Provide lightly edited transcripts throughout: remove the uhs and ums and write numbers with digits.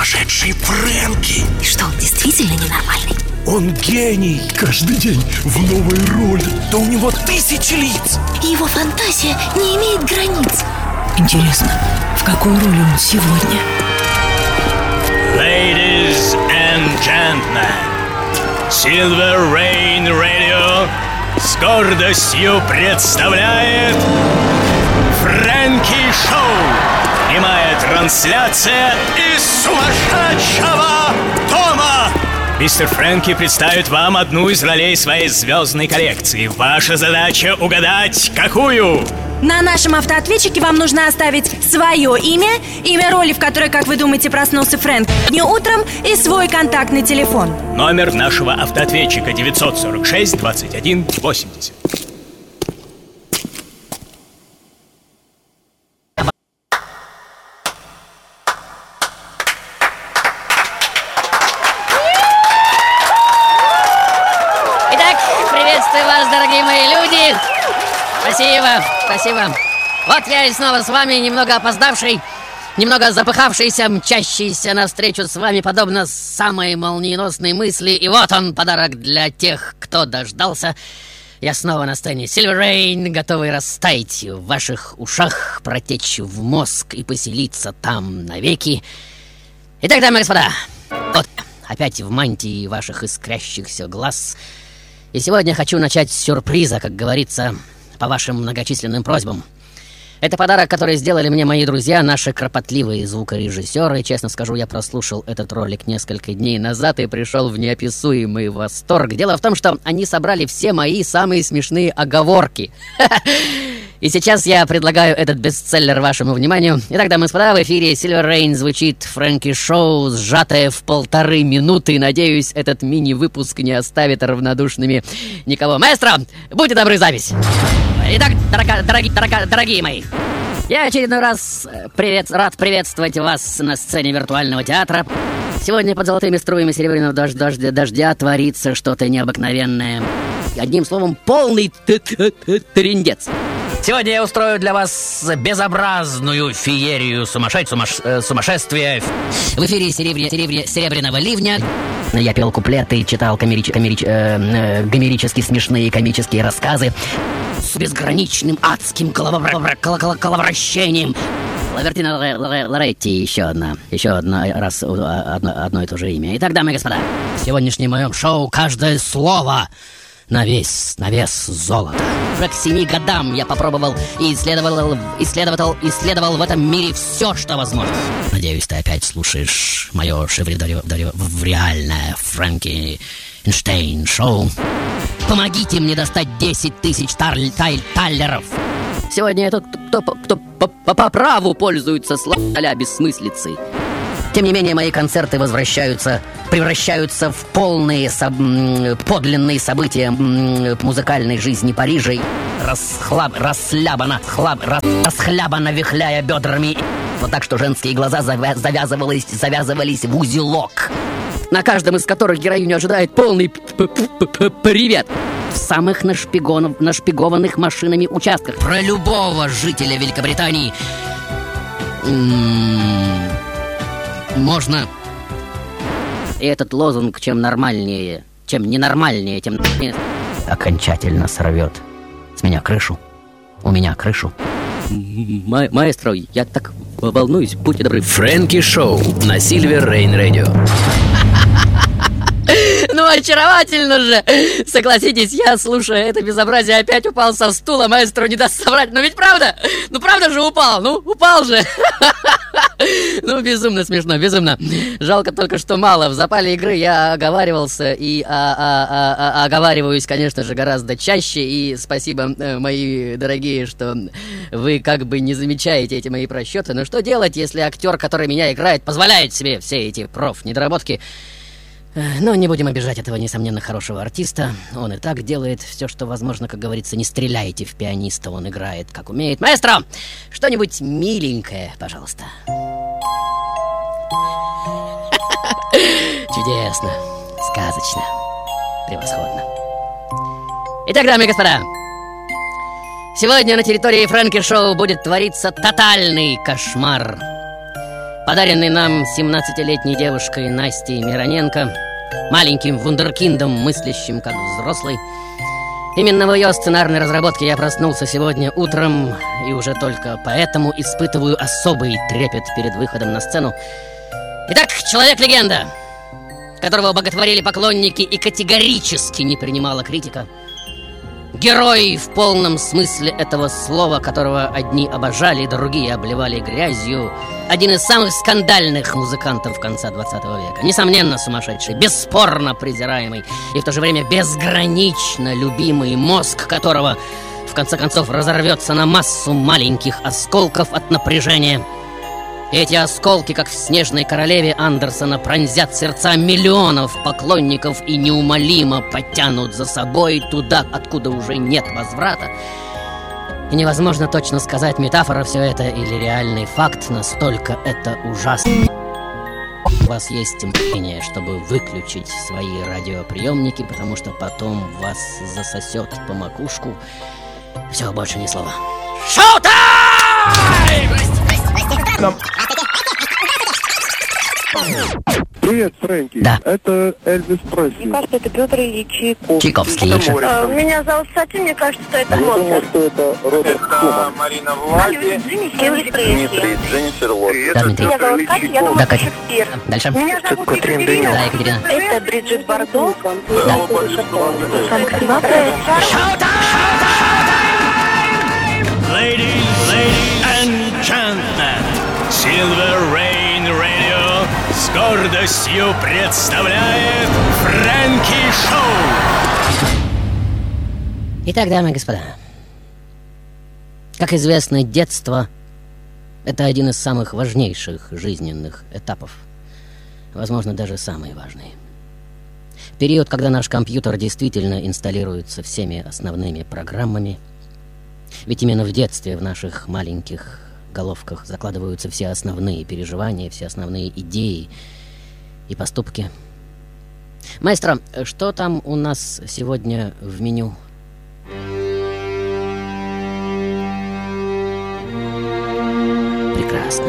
сумасшедший Фрэнки. И что, он действительно ненормальный? Он гений. Каждый день в новой роли. Да у него 1000 лиц. И его фантазия не имеет границ. Интересно, в какой роли он сегодня? Ladies and gentlemen, Silver Rain Radio с гордостью представляет Фрэнки Шоу. Прямая трансляция из сумасшедшего дома. Мистер Фрэнки представит вам одну из ролей своей звездной коллекции. Ваша задача угадать, какую? На нашем автоответчике вам нужно оставить свое имя роли, в которой, как вы думаете, проснулся Фрэнк днем утром, и свой контактный телефон. Номер нашего автоответчика 946 21 80. Итак, приветствую вас, дорогие мои люди. Спасибо. Вот я и снова с вами, немного опоздавший, немного запыхавшийся, мчащийся навстречу с вами, подобно самой молниеносной мысли. И вот он, подарок для тех, кто дождался. Я снова на сцене Silver Rain, готовый растаять в ваших ушах, протечь в мозг и поселиться там навеки. Итак, дамы и господа, вот опять в мантии ваших искрящихся глаз. И сегодня хочу начать с сюрприза, как говорится, по вашим многочисленным просьбам. Это подарок, который сделали мне мои друзья, наши кропотливые звукорежиссеры. Честно скажу, я прослушал этот ролик несколько дней назад и пришел в неописуемый восторг. Дело в том, что они собрали все мои самые смешные оговорки. И сейчас я предлагаю этот бестселлер вашему вниманию. Итак, дамы и господа, в эфире Silver Rain звучит Фрэнки Шоу, сжатое в 1,5 минуты. Надеюсь, этот мини-выпуск не оставит равнодушными никого. Маэстро, будьте добры, запись. Итак, дорогие мои, я очередной раз рад приветствовать вас на сцене виртуального театра. Сегодня под золотыми струями серебряного дождя творится что-то необыкновенное. Одним словом, полный трындец. Сегодня я устрою для вас безобразную феерию сумасшествия. В эфире серебряного ливня. Я пел куплеты, читал гомерически смешные комические рассказы с безграничным адским голововращением. Лавертина Лоретти, еще одно и то же имя. Итак, дамы и господа, в сегодняшнем моем шоу каждое слово на вес золота. Уже к 7 годам я попробовал и исследовал в этом мире все, что возможно. Надеюсь, ты опять слушаешь мое шедевральное Фрэнки Эйнштейн шоу. Помогите мне достать 10 тысяч таллеров. Сегодня я тот, кто по праву пользуется а-ля бессмыслицей. Тем не менее, мои концерты превращаются в полные подлинные события музыкальной жизни Парижа. Расхлябанно вихляя бедрами. Вот так, что женские глаза завязывались в узелок, на каждом из которых героиню ожидает полный привет в самых нашпигованных машинами участках. Про любого жителя Великобритании можно. И этот лозунг, чем ненормальнее, тем окончательно сорвет с меня крышу. У меня крышу. Маэстро, я так волнуюсь, будьте добры. Фрэнки Шоу на Silver Rain Radio. Ну, очаровательно же! Согласитесь, я, слушая это безобразие, опять упал со стула. Маэстро не даст соврать. Но ведь правда? Ну, правда же упал? Ну, упал же! Ну, безумно смешно, безумно. Жалко только, что мало. В запале игры я оговаривался и оговариваюсь, конечно же, гораздо чаще. И спасибо, мои дорогие, что вы как бы не замечаете эти мои просчеты. Но что делать, если актер, который меня играет, позволяет себе все эти недоработки? Но не будем обижать этого, несомненно, хорошего артиста. Он и так делает все, что возможно, как говорится. Не стреляйте в пианиста, он играет, как умеет. Маэстро, что-нибудь миленькое, пожалуйста. Чудесно, сказочно, превосходно. Итак, дамы и господа, сегодня на территории Фрэнки Шоу будет твориться тотальный кошмар. подаренный нам 17-летней девушкой Настей Мироненко, маленьким вундеркиндом, мыслящим как взрослый. Именно в ее сценарной разработке я проснулся сегодня утром, и уже только поэтому испытываю особый трепет перед выходом на сцену. Итак, человек-легенда, которого боготворили поклонники и категорически не принимала критика. Герой в полном смысле этого слова, которого одни обожали, другие обливали грязью. Один из самых скандальных музыкантов конца 20 века. Несомненно сумасшедший, бесспорно презираемый и в то же время безгранично любимый, мозг которого в конце концов разорвется на массу маленьких осколков от напряжения. И эти осколки, как в «Снежной королеве» Андерсона, пронзят сердца миллионов поклонников и неумолимо потянут за собой туда, откуда уже нет возврата. И невозможно точно сказать, метафора все это или реальный факт, настолько это ужасно. У вас есть мгновение, чтобы выключить свои радиоприемники, потому что потом вас засосет по макушку. Все, больше ни слова. Шоу-тайм! Привет, Фрэнки. Да. Это Эльвис Пресли. Мне кажется, это Петр Ильич Чайковский. Меня зовут Сати, мне кажется, что это Я думаю, Моцарт. что это Роберт Шуман. Марина Влади, Элвис Пресли. Дженнифер Лопес. Да, Дмитрий. Меня зовут Катя, я думаю, Да, что Катя. Шекспир. Дальше. Меня зовут Екатерина. Да, Екатерина. Это Бриджит Бардо. Ladies and gentlemen, Silver Rain Radio с гордостью представляет Фрэнки Шоу. Итак, дамы и господа, как известно, детство — это один из самых важнейших жизненных этапов. Возможно, даже самый важный. Период, когда наш компьютер действительно инсталируется всеми основными программами. Ведь именно в детстве в наших маленьких головках закладываются все основные переживания, все основные идеи и поступки. Маэстро, что там у нас сегодня в меню? Прекрасно.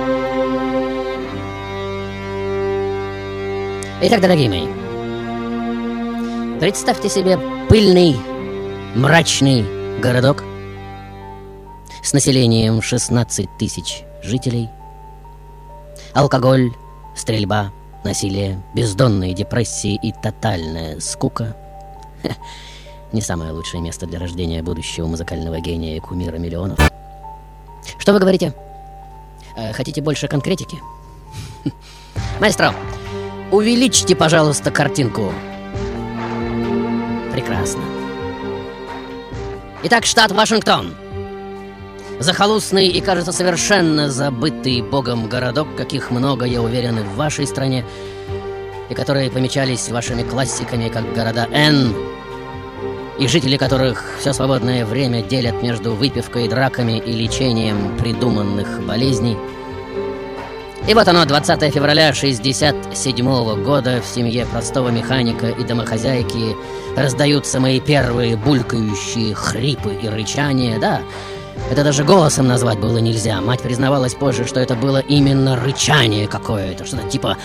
Итак, дорогие мои, представьте себе пыльный, мрачный городок с населением 16 тысяч жителей. Алкоголь, стрельба, насилие, бездонные депрессии и тотальная скука. Не самое лучшее место для рождения будущего музыкального гения и кумира миллионов. Что вы говорите? Хотите больше конкретики? Маэстро, увеличьте, пожалуйста, картинку. Прекрасно. Итак, штат Вашингтон. Захолустный и, кажется, совершенно забытый богом городок, каких много, я уверен, и в вашей стране, и которые помечались вашими классиками, как города Н, и жители которых все свободное время делят между выпивкой, драками и лечением придуманных болезней. И вот оно, 20 февраля 1967 года, в семье простого механика и домохозяйки раздаются мои первые булькающие хрипы и рычания. Да, это даже голосом назвать было нельзя. Мать признавалась позже, что это было именно рычание какое-то, что-то типа...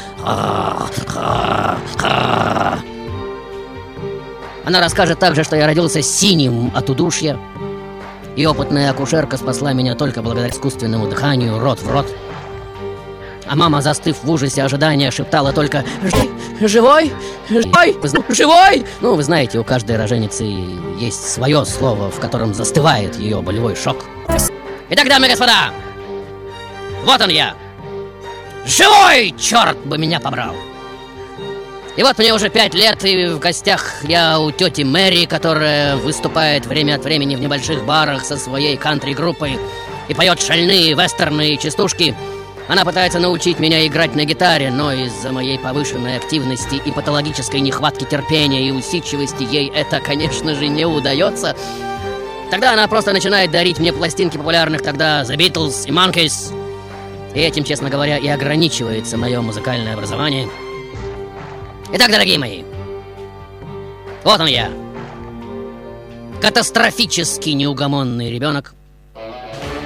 Она расскажет также, что я родился синим от удушья, и опытная акушерка спасла меня только благодаря искусственному дыханию рот в рот. А мама, застыв в ужасе ожидания, шептала только: «Живой? Живой? Живой?» Ну, вы знаете, у каждой роженицы есть свое слово, в котором застывает ее болевой шок. Итак, дамы и господа, вот он я. Живой, черт бы меня побрал. И вот мне уже 5 лет, и в гостях я у тети Мэри, которая выступает время от времени в небольших барах со своей кантри-группой и поет шальные вестерны и частушки. Она пытается научить меня играть на гитаре, но из-за моей повышенной активности и патологической нехватки терпения и усидчивости ей это, конечно же, не удается. Тогда она просто начинает дарить мне пластинки популярных тогда The Beatles и Monkeys. И этим, честно говоря, и ограничивается мое музыкальное образование. Итак, дорогие мои, вот он я. Катастрофически неугомонный ребенок.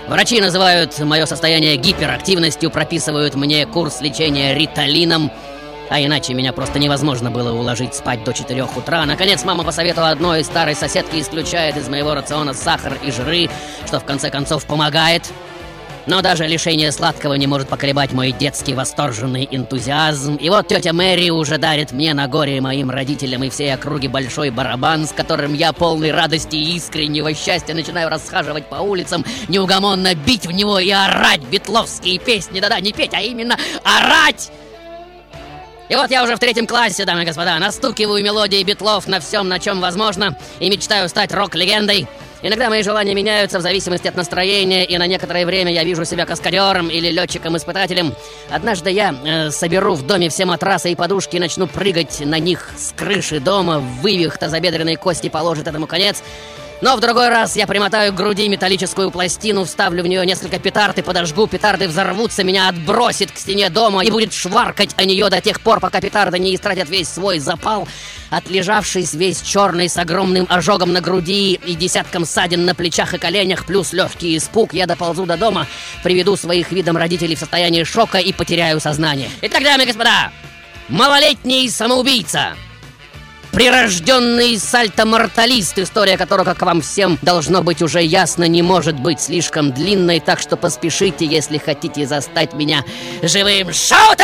Врачи называют мое состояние гиперактивностью, прописывают мне курс лечения риталином, а иначе меня просто невозможно было уложить спать до 4 утра. Наконец, мама по совету одной старой соседки исключает из моего рациона сахар и жиры, что в конце концов помогает. Но даже лишение сладкого не может поколебать мой детский восторженный энтузиазм. И вот тетя Мэри уже дарит мне на горе моим родителям и всей округе большой барабан, с которым я, полный радости и искреннего счастья, начинаю расхаживать по улицам, неугомонно бить в него и орать битловские песни. Да-да, не петь, а именно орать! И вот я уже в 3 классе, дамы и господа, настукиваю мелодии битлов на всем, на чем возможно, и мечтаю стать рок-легендой. Иногда мои желания меняются в зависимости от настроения, и на некоторое время я вижу себя каскадером или летчиком-испытателем. Однажды я соберу в доме все матрасы и подушки и начну прыгать на них с крыши дома, вывих тазобедренной кости положит этому конец. Но в другой раз я примотаю к груди металлическую пластину, вставлю в нее несколько петард и подожгу. Петарды взорвутся, меня отбросит к стене дома и будет шваркать о нее до тех пор, пока петарды не истратят весь свой запал. Отлежавшись весь черный с огромным ожогом на груди и десятком ссадин на плечах и коленях, плюс легкий испуг, я доползу до дома, приведу своих видом родителей в состояние шока и потеряю сознание. Итак, дамы и господа, малолетний самоубийца, прирожденный сальто-морталист, история которого, как вам всем должно быть уже ясно, не может быть слишком длинной, так что поспешите, если хотите застать меня живым. Шоу-тайм!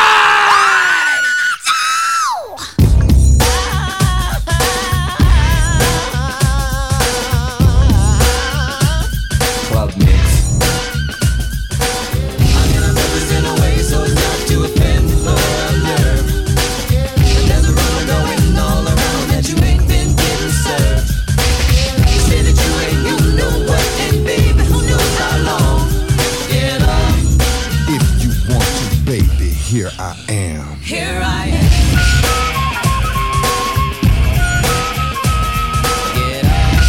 Here I am. Here I am. Get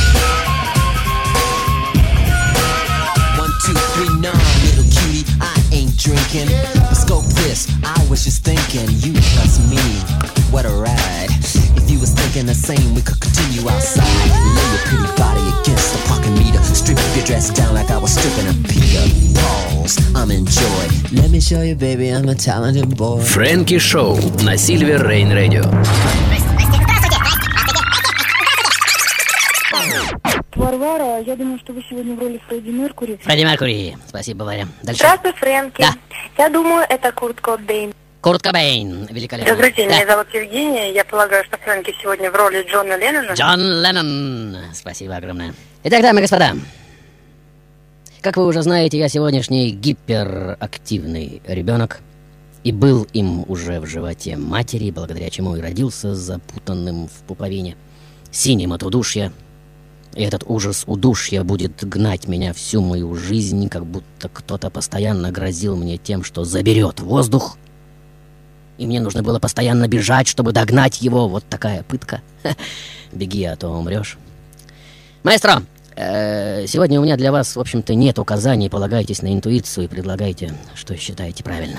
up. 1, 2, 3, no, little cutie, I ain't drinking. But scope this, I was just thinking, you plus me, what a ride. If you was thinking the same, we could continue outside. Lay your pretty body against the parking meter. Strip your dress down like I was stripping a Peter. Pause, I'm enjoy. Let me show you, baby, I'm a talented boy. Фрэнки Шоу на Silver Rain Radio. Варвара, я думаю, что вы сегодня в роли Фредди Меркьюри. Фредди Меркьюри, спасибо, Варя. Дальше. Здравствуй, Фрэнки. Да. Я думаю, это Курт Кобейн. Курт Кобейн, великолепно. Добрый день, Да. меня зовут Евгения. Я полагаю, что Фрэнки сегодня в роли Джона Леннона. Джон Леннон, спасибо огромное. Итак, дамы и господа, как вы уже знаете, я сегодняшний гиперактивный ребенок и был им уже в животе матери, благодаря чему и родился запутанным в пуповине, синим от удушья. И этот ужас удушья будет гнать меня всю мою жизнь, как будто кто-то постоянно грозил мне тем, что заберет воздух. И мне нужно было постоянно бежать, чтобы догнать его. Вот такая пытка. Беги, а то умрешь. Маэстро, сегодня у меня для вас, в общем-то, нет указаний. Полагайтесь на интуицию и предлагайте, что считаете правильным.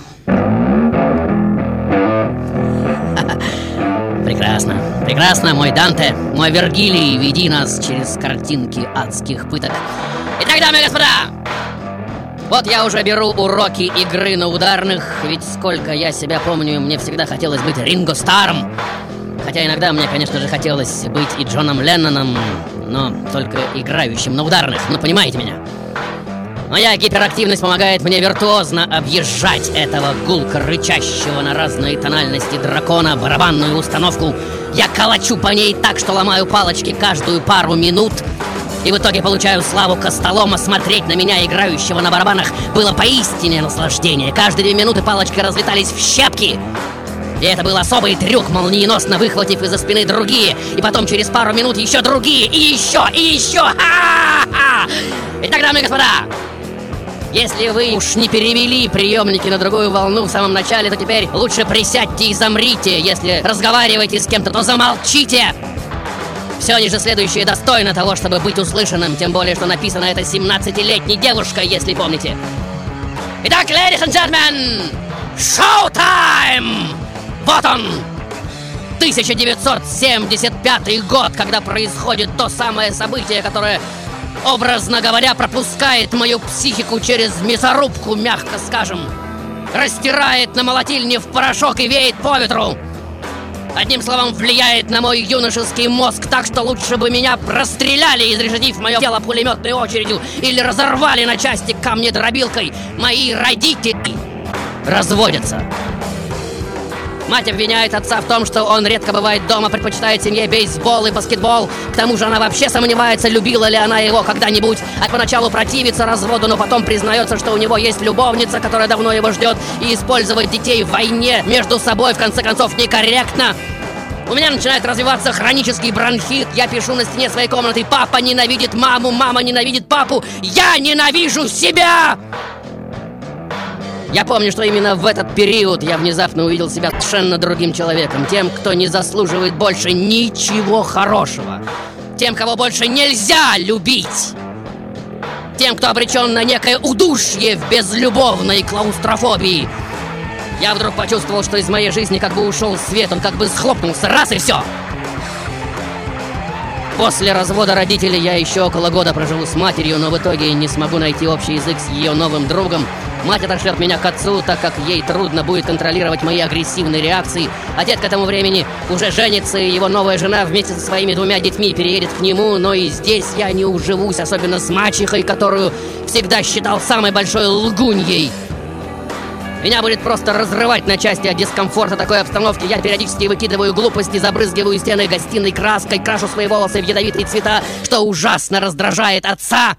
Прекрасно, прекрасно, мой Данте, мой Вергилий, веди нас через картинки адских пыток. Итак, дамы и господа, вот я уже беру уроки игры на ударных, ведь сколько я себя помню, мне всегда хотелось быть Ринго Старром. Хотя иногда мне, конечно же, хотелось быть и Джоном Ленноном, но только играющим на ударных, ну понимаете меня. Моя гиперактивность помогает мне виртуозно объезжать этого гулко рычащего на разные тональности дракона барабанную установку. Я колочу по ней так, что ломаю палочки каждую пару минут. И в итоге получаю славу Костолома. Смотреть на меня, играющего на барабанах, было поистине наслаждение. Каждые 2 минуты палочки разлетались в щепки. И это был особый трюк, молниеносно выхватив из-за спины другие. И потом через пару минут еще другие. И еще, и еще. Ха-ха-ха! Итак, дамы и господа, если вы уж не перевели приемники на другую волну в самом начале, то теперь лучше присядьте и замрите. Если разговариваете с кем-то, то замолчите. Все ниже следующее достойно того, чтобы быть услышанным. Тем более, что написано это 17-летней девушкой, если помните. Итак, ladies and gentlemen, шоу-тайм! Вот он! 1975 год, когда происходит то самое событие, которое образно говоря, пропускает мою психику через мясорубку, мягко скажем. Растирает на молотильне в порошок и веет по ветру. Одним словом, влияет на мой юношеский мозг так, что лучше бы меня расстреляли, изрешетив мое тело пулеметной очередью, или разорвали на части камнедробилкой. Мои родители разводятся. Мать обвиняет отца в том, что он редко бывает дома, предпочитает семье бейсбол и баскетбол. К тому же она вообще сомневается, любила ли она его когда-нибудь. А поначалу противится разводу, но потом признается, что у него есть любовница, которая давно его ждет. И использовать детей в войне между собой, в конце концов, некорректно. У меня начинает развиваться хронический бронхит. Я пишу на стене своей комнаты: папа ненавидит маму, мама ненавидит папу. Я ненавижу себя! Я помню, что именно в этот период я внезапно увидел себя совершенно другим человеком. Тем, кто не заслуживает больше ничего хорошего. Тем, кого больше нельзя любить. Тем, кто обречен на некое удушье в безлюбовной клаустрофобии. Я вдруг почувствовал, что из моей жизни как бы ушел свет. Он как бы схлопнулся, раз и все. После развода родителей я еще около года проживу с матерью, но в итоге не смогу найти общий язык с ее новым другом. Мать отошлет меня к отцу, так как ей трудно будет контролировать мои агрессивные реакции. А дед к этому времени уже женится, и его новая жена вместе со своими 2 детьми переедет к нему. Но и здесь я не уживусь, особенно с мачехой, которую всегда считал самой большой лгуньей. Меня будет просто разрывать на части от дискомфорта такой обстановки. Я периодически выкидываю глупости, забрызгиваю стены гостиной краской, крашу свои волосы в ядовитые цвета, что ужасно раздражает отца.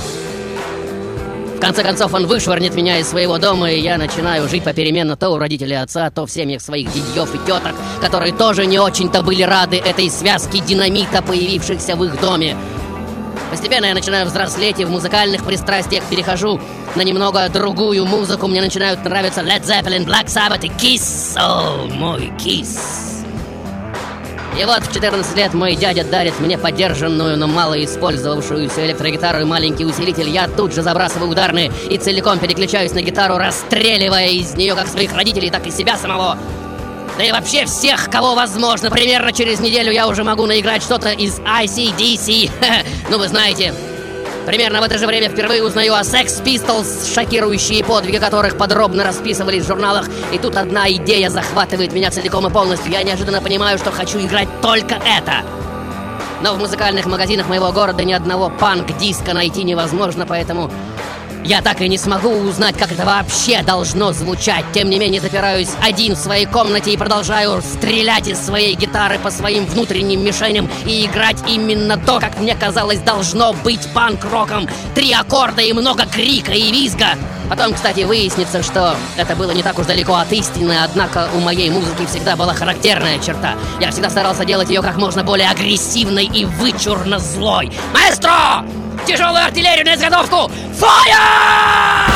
В конце концов, он вышвырнет меня из своего дома, и я начинаю жить попеременно то у родителей отца, то в семьях своих дядьев и теток, которые тоже не очень-то были рады этой связке динамита, появившихся в их доме. Постепенно я начинаю взрослеть и в музыкальных пристрастиях перехожу на немного другую музыку. Мне начинают нравиться Led Zeppelin, Black Sabbath и Kiss. О, мой Kiss. И вот в 14 лет мой дядя дарит мне подержанную, но мало использовавшуюся электрогитару и маленький усилитель. Я тут же забрасываю ударные и целиком переключаюсь на гитару, расстреливая из нее как своих родителей, так и себя самого. Да и вообще всех, кого возможно. Примерно через неделю я уже могу наиграть что-то из AC/DC. Ну, вы знаете. Примерно в это же время впервые узнаю о Sex Pistols, шокирующие подвиги которых подробно расписывались в журналах. И тут одна идея захватывает меня целиком и полностью. Я неожиданно понимаю, что хочу играть только это. Но в музыкальных магазинах моего города ни одного панк-диска найти невозможно, поэтому я так и не смогу узнать, как это вообще должно звучать. Тем не менее, запираюсь один в своей комнате и продолжаю стрелять из своей гитары по своим внутренним мишеням и играть именно то, как мне казалось, должно быть панк-роком. 3 аккорда и много крика и визга. Потом, кстати, выяснится, что это было не так уж далеко от истины, однако у моей музыки всегда была характерная черта. Я всегда старался делать ее как можно более агрессивной и вычурно злой. Маэстро! Тяжелую артиллерию на изготовку! Фаер!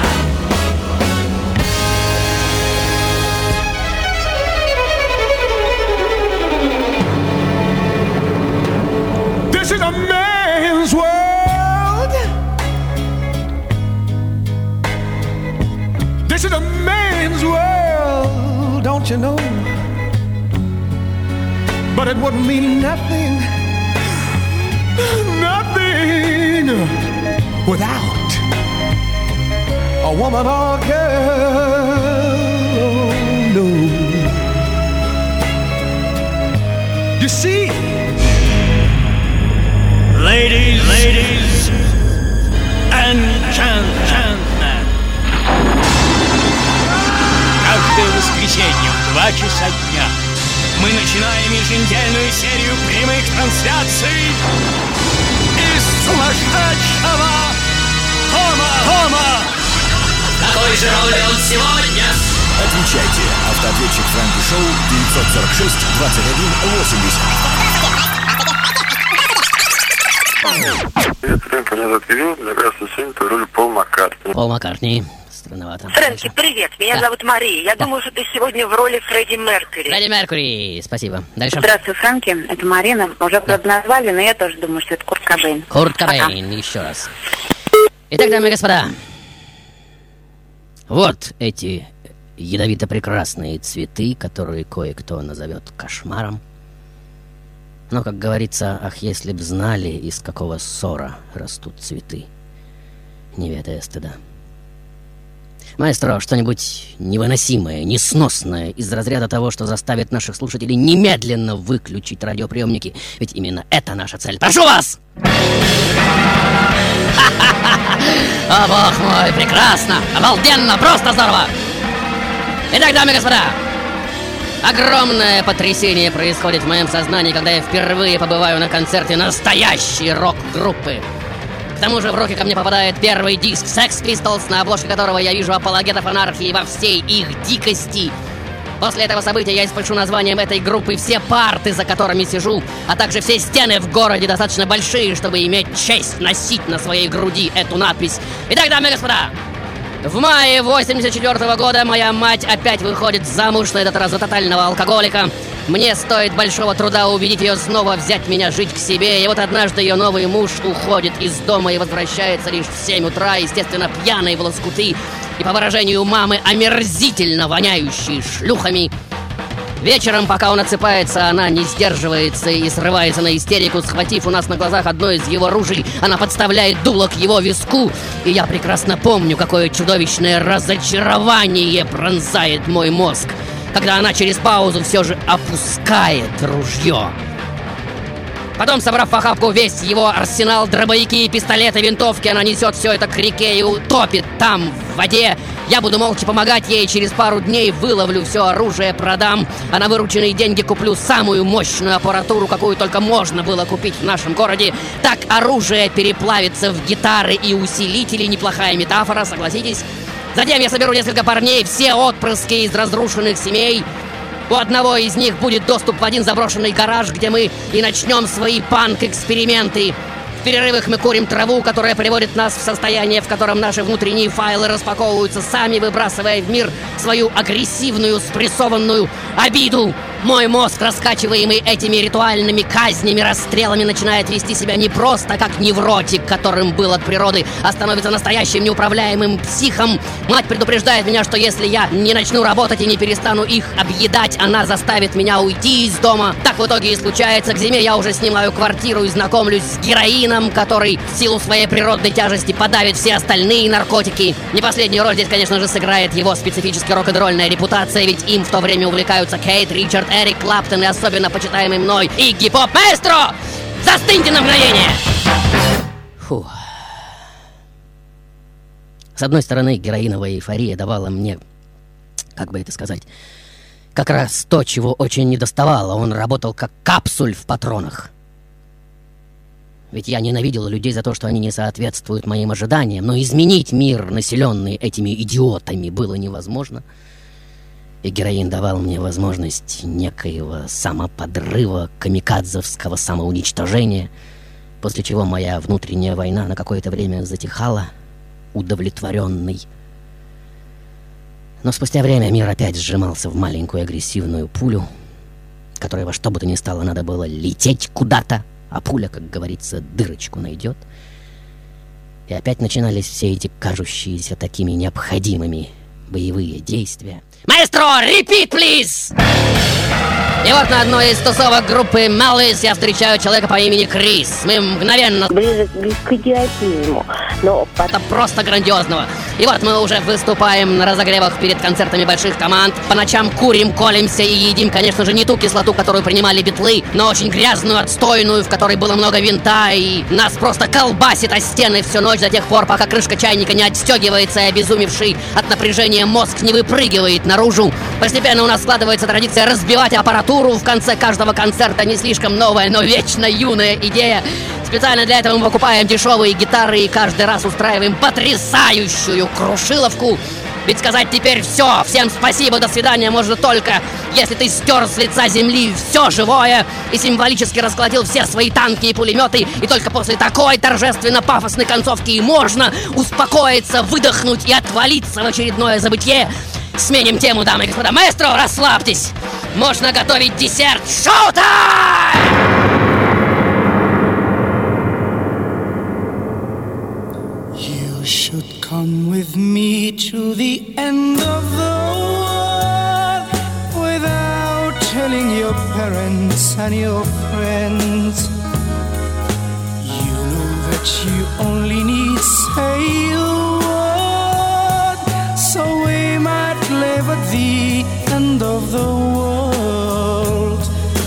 This is a man's world. This is a man's world, don't you know? But it wouldn't mean nothing, without a woman or a girl. Oh, no. You see, ladies and gentlemen, каждое воскресенье в 2 часа дня мы начинаем еженедельную серию прямых трансляций из сумасшедшего Тома. Какой же роль он сегодня? Отвечайте. Автоответчик Фрэнки Шоу 946 21 80. Привет, Фрэнк, меня зовут Кирилл. Я играю сегодня твою роль Пол Маккартни. Пол Маккартни. Странновато. Фрэнки, привет. Меня зовут Мария. Я думаю, что ты сегодня в роли Фредди Меркьюри. Фредди Меркьюри. Спасибо. Дальше. Здравствуй, Фрэнки. Это Марина. Уже правда назвали, но я тоже думаю, что это Курт Кобейн. Курт Кобейн. Еще раз. Итак, дамы и господа. Вот эти ядовито-прекрасные цветы, которые кое-кто назовет кошмаром. Но, как говорится, ах, если б знали, из какого ссора растут цветы, не ведая стыда. Маэстро, что-нибудь невыносимое, несносное из разряда того, что заставит наших слушателей немедленно выключить радиоприемники. Ведь именно это наша цель. Прошу вас! О, бог мой, прекрасно, обалденно, просто здорово! Итак, дамы и господа, огромное потрясение происходит в моем сознании, когда я впервые побываю на концерте настоящей рок-группы. К тому же в руки ко мне попадает первый диск Sex Pistols, на обложке которого я вижу апологетов анархии во всей их дикости. После этого события я использую названием этой группы все парты, за которыми сижу, а также все стены в городе достаточно большие, чтобы иметь честь носить на своей груди эту надпись. Итак, дамы и господа, в мае 1984 года моя мать опять выходит замуж, на этот раз за тотального алкоголика. Мне стоит большого труда убедить ее снова взять меня жить к себе. И вот однажды ее новый муж уходит из дома и возвращается лишь в 7 утра, естественно, пьяный в лоскуты и, по выражению мамы, омерзительно воняющий шлюхами. Вечером, пока он отсыпается, она не сдерживается и срывается на истерику. Схватив у нас на глазах одно из его ружей, она подставляет дуло к его виску. И я прекрасно помню, какое чудовищное разочарование пронзает мой мозг, когда она через паузу все же опускает ружье. Потом, собрав в охапку весь его арсенал, дробовики, пистолеты, винтовки, она несет все это к реке и утопит там, в воде. Я буду молча помогать ей, через пару дней выловлю все оружие, продам, а на вырученные деньги куплю самую мощную аппаратуру, какую только можно было купить в нашем городе. Так оружие переплавится в гитары и усилители, неплохая метафора, согласитесь? Затем я соберу несколько парней, все отпрыски из разрушенных семей. У одного из них будет доступ в один заброшенный гараж, где мы и начнем свои панк-эксперименты. В перерывах мы курим траву, которая приводит нас в состояние, в котором наши внутренние файлы распаковываются сами, выбрасывая в мир свою агрессивную, спрессованную обиду. Мой мозг, раскачиваемый этими ритуальными казнями, расстрелами, начинает вести себя не просто как невротик, которым был от природы, а становится настоящим неуправляемым психом. Мать предупреждает меня, что если я не начну работать и не перестану их объедать, она заставит меня уйти из дома. Так в итоге и случается. К зиме я уже снимаю квартиру и знакомлюсь с героином, который в силу своей природной тяжести подавит все остальные наркотики. Не последнюю роль здесь, конечно же, сыграет его специфически рок-н-ролльная репутация, ведь им в то время увлекаются Кейт, Ричард, Эрик Клаптон и особенно почитаемый мной Игги Поп. Маэстро! Застыньте на мгновение! Фу. С одной стороны, героиновая эйфория давала мне, как бы это сказать, как раз то, чего очень недоставало. Он работал как капсуль в патронах. Ведь я ненавидел людей за то, что они не соответствуют моим ожиданиям, но изменить мир, населенный этими идиотами, было невозможно. И героин давал мне возможность некоего самоподрыва, камикадзовского самоуничтожения, после чего моя внутренняя война на какое-то время затихала, удовлетворенный. Но спустя время мир опять сжимался в маленькую агрессивную пулю, которой во что бы то ни стало надо было лететь куда-то, а пуля, как говорится, дырочку найдет. И опять начинались все эти кажущиеся такими необходимыми боевые действия. Маэстро, repeat, please! И вот на одной из тусовок группы Malice я встречаю человека по имени Крис. Мы мгновенно... Ближе к идиотизму, но... Это просто грандиозного. И вот мы уже выступаем на разогревах перед концертами больших команд. По ночам курим, колемся и едим, конечно же, не ту кислоту, которую принимали битлы, но очень грязную, отстойную, в которой было много винта, и нас просто колбасит о стены всю ночь до тех пор, пока крышка чайника не отстегивается, и обезумевший от напряжения мозг не выпрыгивает наружу. Постепенно у нас складывается традиция разбивать аппаратуру в конце каждого концерта. Не слишком новая, но вечно юная идея. Специально для этого мы покупаем дешевые гитары и каждый раз устраиваем потрясающую крушиловку. Ведь сказать теперь все, всем спасибо, до свидания можно только, если ты стер с лица земли все живое и символически расколотил все свои танки и пулеметы, и только после такой торжественно-пафосной концовки и можно успокоиться, выдохнуть и отвалиться в очередное забытье. Сменим тему, дамы и господа. Маэстро, расслабьтесь! Можно готовить десерт. Шоу-тайм! You should come with me to the end of the world without telling your parents. mates and your friends. You know that you only need say a word, so we might live at the end of the world.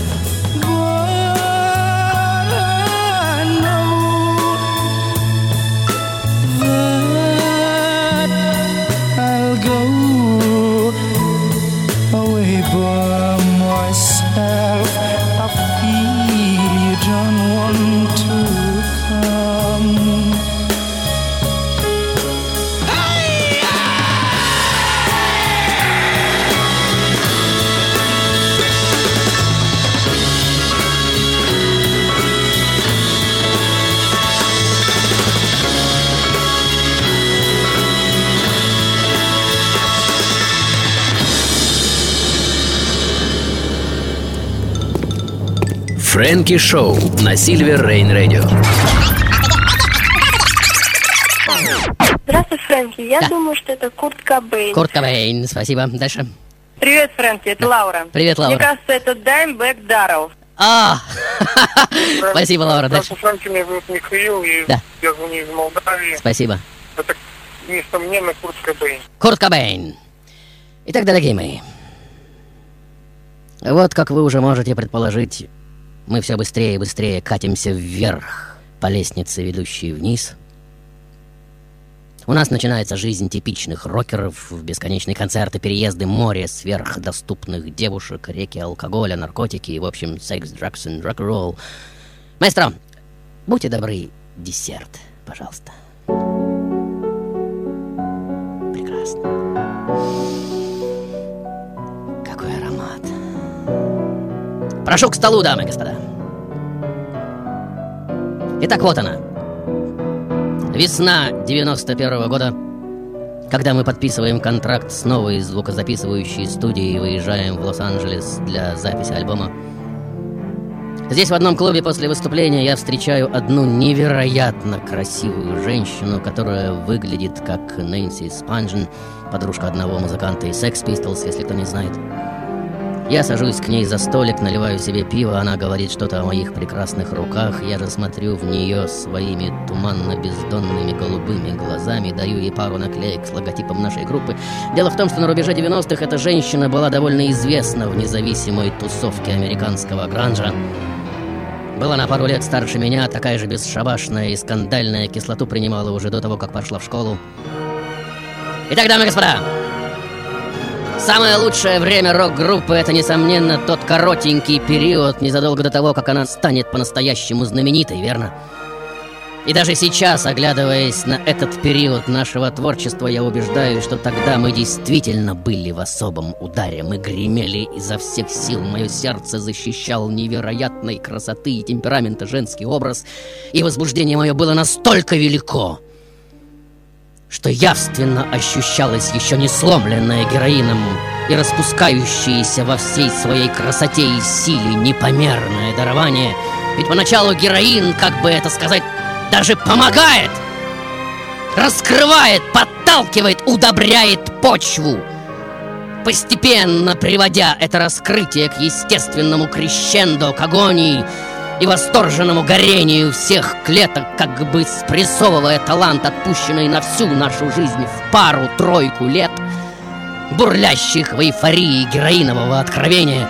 But I know that I'll go away by myself. I feel you don't want to come. Фрэнки Шоу на Silver Rain Radio. Здравствуй, Фрэнки. Я думаю, что это Курт Кобейн. Курт Кобейн, спасибо. Дальше. Привет, Фрэнки, это Лаура. Привет, Лаура. Мне кажется, это Даймбэк Даррелл. Спасибо, Лаура. Дальше. Фрэнки, меня зовут Михаил, и да. Я звоню из Молдавии. Спасибо. Это, несомненно, Курт Кобейн. Курт Кобейн. Итак, дорогие мои, вот как вы уже можете предположить, мы все быстрее и быстрее катимся вверх по лестнице, ведущей вниз. У нас начинается жизнь типичных рокеров, бесконечные концерты, переезды, море сверхдоступных девушек, реки алкоголя, наркотики и, в общем, секс, драгс и рок-н-ролл. Маэстро, будьте добры, десерт, пожалуйста. Прекрасно. Какой аромат. Прошу к столу, дамы и господа. Итак, вот она. Весна 91-го года, когда мы подписываем контракт с новой звукозаписывающей студией и выезжаем в Лос-Анджелес для записи альбома. Здесь в одном клубе после выступления я встречаю одну невероятно красивую женщину, которая выглядит как Нэнси Спанжен, подружка одного музыканта из Sex Pistols, если кто не знает. Я сажусь к ней за столик, наливаю себе пиво, она говорит что-то о моих прекрасных руках. Я же смотрю в нее своими туманно-бездонными голубыми глазами, даю ей пару наклеек с логотипом нашей группы. Дело в том, что на рубеже 90-х эта женщина была довольно известна в независимой тусовке американского гранжа. Была на пару лет старше меня, такая же бесшабашная и скандальная, кислоту принимала уже до того, как пошла в школу. Итак, дамы и господа, самое лучшее время рок-группы — это, несомненно, тот коротенький период незадолго до того, как она станет по-настоящему знаменитой, верно? И даже сейчас, оглядываясь на этот период нашего творчества, я убеждаюсь, что тогда мы действительно были в особом ударе. Мы гремели изо всех сил, мое сердце защищал невероятной красоты и темперамента женский образ, и возбуждение мое было настолько велико, что явственно ощущалось еще не сломленное героином и распускающееся во всей своей красоте и силе непомерное дарование. Ведь поначалу героин, как бы это сказать, даже помогает, раскрывает, подталкивает, удобряет почву, постепенно приводя это раскрытие к естественному крещендо, к агонии и восторженному горению всех клеток, как бы спрессовывая талант, отпущенный на всю нашу жизнь в пару-тройку лет, бурлящих в эйфории героинового откровения.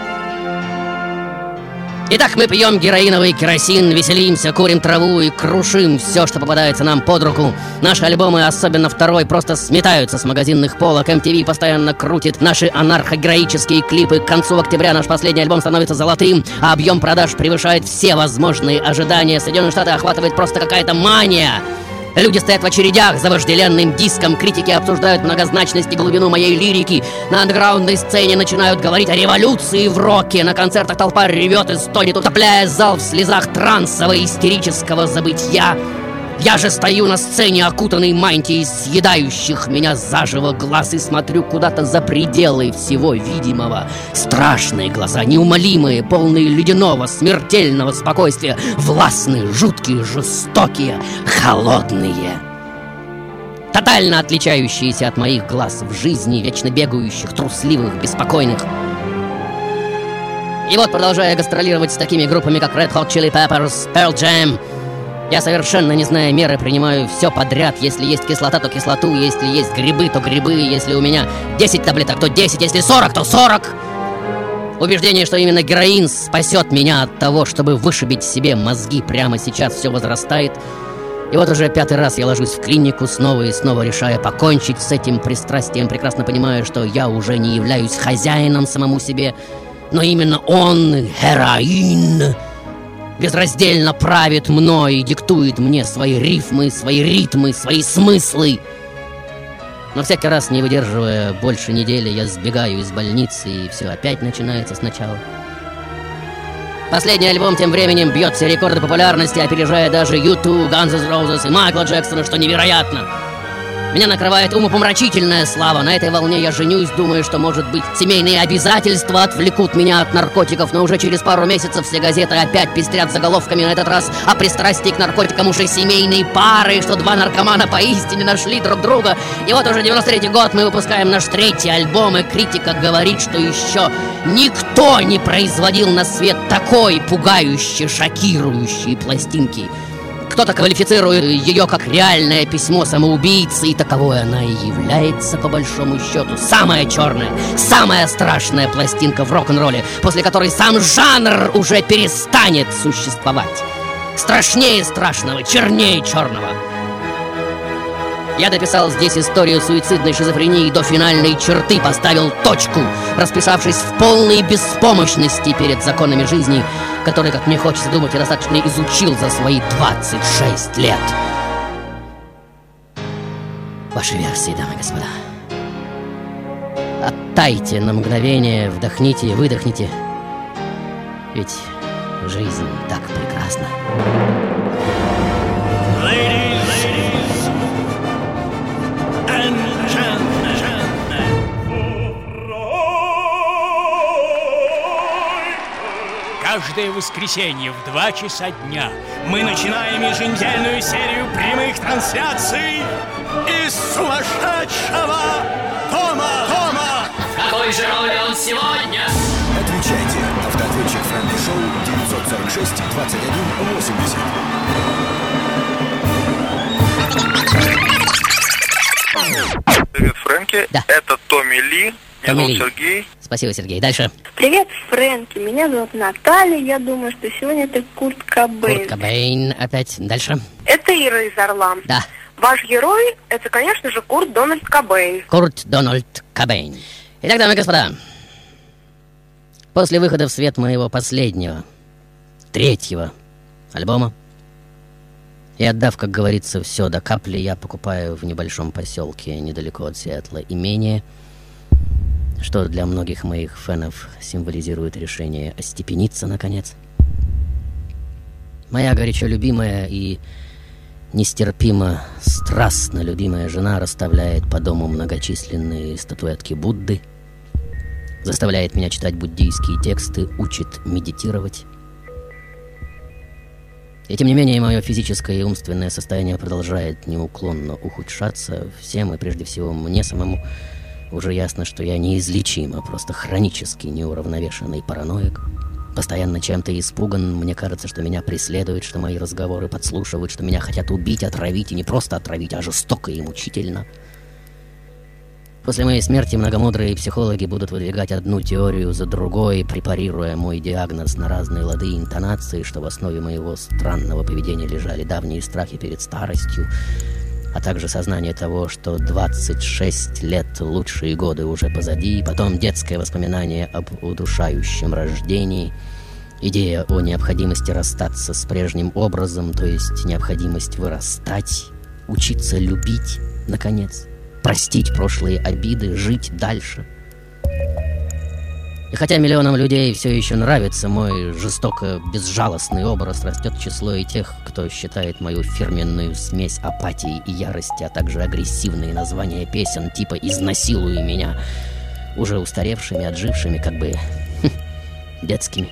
Итак, мы пьем героиновый керосин, веселимся, курим траву и крушим все, что попадается нам под руку. Наши альбомы, особенно второй, просто сметаются с магазинных полок. MTV постоянно крутит наши анархогероические клипы. К концу октября наш последний альбом становится золотым, а объем продаж превышает все возможные ожидания. Соединенные Штаты охватывает просто какая-то мания. Люди стоят в очередях за вожделенным диском, критики обсуждают многозначность и глубину моей лирики. На андеграундной сцене начинают говорить о революции в роке. На концертах толпа ревет и стонет, утопляя зал в слезах трансового истерического забытья. Я же стою на сцене, окутанный мантией съедающих меня заживо глаз, и смотрю куда-то за пределы всего видимого. Страшные глаза, неумолимые, полные ледяного, смертельного спокойствия, властные, жуткие, жестокие, холодные. Тотально отличающиеся от моих глаз в жизни, вечно бегающих, трусливых, беспокойных. И вот, продолжая гастролировать с такими группами, как Red Hot Chili Peppers, Pearl Jam, я совершенно не зная меры принимаю все подряд. Если есть кислота, то кислоту. Если есть грибы, то грибы. Если у меня 10 таблеток, то 10. Если 40, то 40. Убеждение, что именно героин спасет меня от того, чтобы вышибить себе мозги прямо сейчас, все возрастает. И вот уже 5-й раз я ложусь в клинику, снова и снова решая покончить с этим пристрастием, прекрасно понимая, что я уже не являюсь хозяином самому себе, но именно он, героин, безраздельно правит мной и диктует мне свои рифмы, свои ритмы, свои смыслы. Но всякий раз, не выдерживая больше недели, я сбегаю из больницы, и все опять начинается сначала. Последний альбом тем временем бьет все рекорды популярности, опережая даже U2, Guns N' Roses и Майкла Джексона, что невероятно. Меня накрывает умопомрачительная слава. На этой волне я женюсь, думаю, что, может быть, семейные обязательства отвлекут меня от наркотиков, но уже через пару месяцев все газеты опять пестрят заголовками, на этот раз о пристрастии к наркотикам уже семейной пары, что два наркомана поистине нашли друг друга. И вот уже 93-й год мы выпускаем наш 3-й альбом, и критика говорит, что еще никто не производил на свет такой пугающей, шокирующей пластинки. Кто-то квалифицирует ее как реальное письмо самоубийцы, и таковой она и является, по большому счету. Самая черная, самая страшная пластинка в рок-н-ролле, после которой сам жанр уже перестанет существовать. Страшнее страшного, чернее черного. Я дописал здесь историю суицидной шизофрении до финальной черты, поставил точку, расписавшись в полной беспомощности перед законами жизни, которые, как мне хочется думать, я достаточно изучил за свои 26 лет. Ваши версии, дамы и господа. Оттайте на мгновение, вдохните и выдохните. Ведь жизнь так прекрасна. Каждое воскресенье в 2 часа дня мы начинаем еженедельную серию прямых трансляций из сумасшедшего Тома. Какой же роли он сегодня? Отвечайте. Автоответчик Фрэнки Шоу 946 21 80. Привет, Фрэнки. Да. Это Томми Ли. Меня зовут Сергей. Спасибо, Сергей. Дальше. Привет, Фрэнки. Меня зовут Наталья. Я думаю, что сегодня это Курт Кобейн. Курт Кобейн. Опять. Дальше. Это Ира из Орла. Да. Ваш герой — это, конечно же, Курт Дональд Кобейн. Курт Дональд Кобейн. Итак, дамы и господа, после выхода в свет моего последнего, 3-го альбома, и отдав, как говорится, все до капли, я покупаю в небольшом поселке недалеко от Сиэтла имение, что для многих моих фенов символизирует решение остепениться, наконец. Моя горячо любимая и нестерпимо, страстно любимая жена расставляет по дому многочисленные статуэтки Будды, заставляет меня читать буддийские тексты, учит медитировать. И тем не менее, мое физическое и умственное состояние продолжает неуклонно ухудшаться. Всем и прежде всего мне самому уже ясно, что я неизлечим, а просто хронически неуравновешенный параноик. Постоянно чем-то испуган, мне кажется, что меня преследуют, что мои разговоры подслушивают, что меня хотят убить, отравить, и не просто отравить, а жестоко и мучительно. После моей смерти многомудрые психологи будут выдвигать одну теорию за другой, препарируя мой диагноз на разные лады и интонации, что в основе моего странного поведения лежали давние страхи перед старостью, а также сознание того, что 26 лет лучшие годы уже позади, потом детское воспоминание об удушающем рождении, идея о необходимости расстаться с прежним образом, то есть необходимость вырастать, учиться любить, наконец, простить прошлые обиды, жить дальше. И хотя миллионам людей все еще нравится мой жестоко безжалостный образ, растет число и тех, кто считает мою фирменную смесь апатии и ярости, а также агрессивные названия песен типа «Изнасилуй меня» уже устаревшими, отжившими, как бы детскими.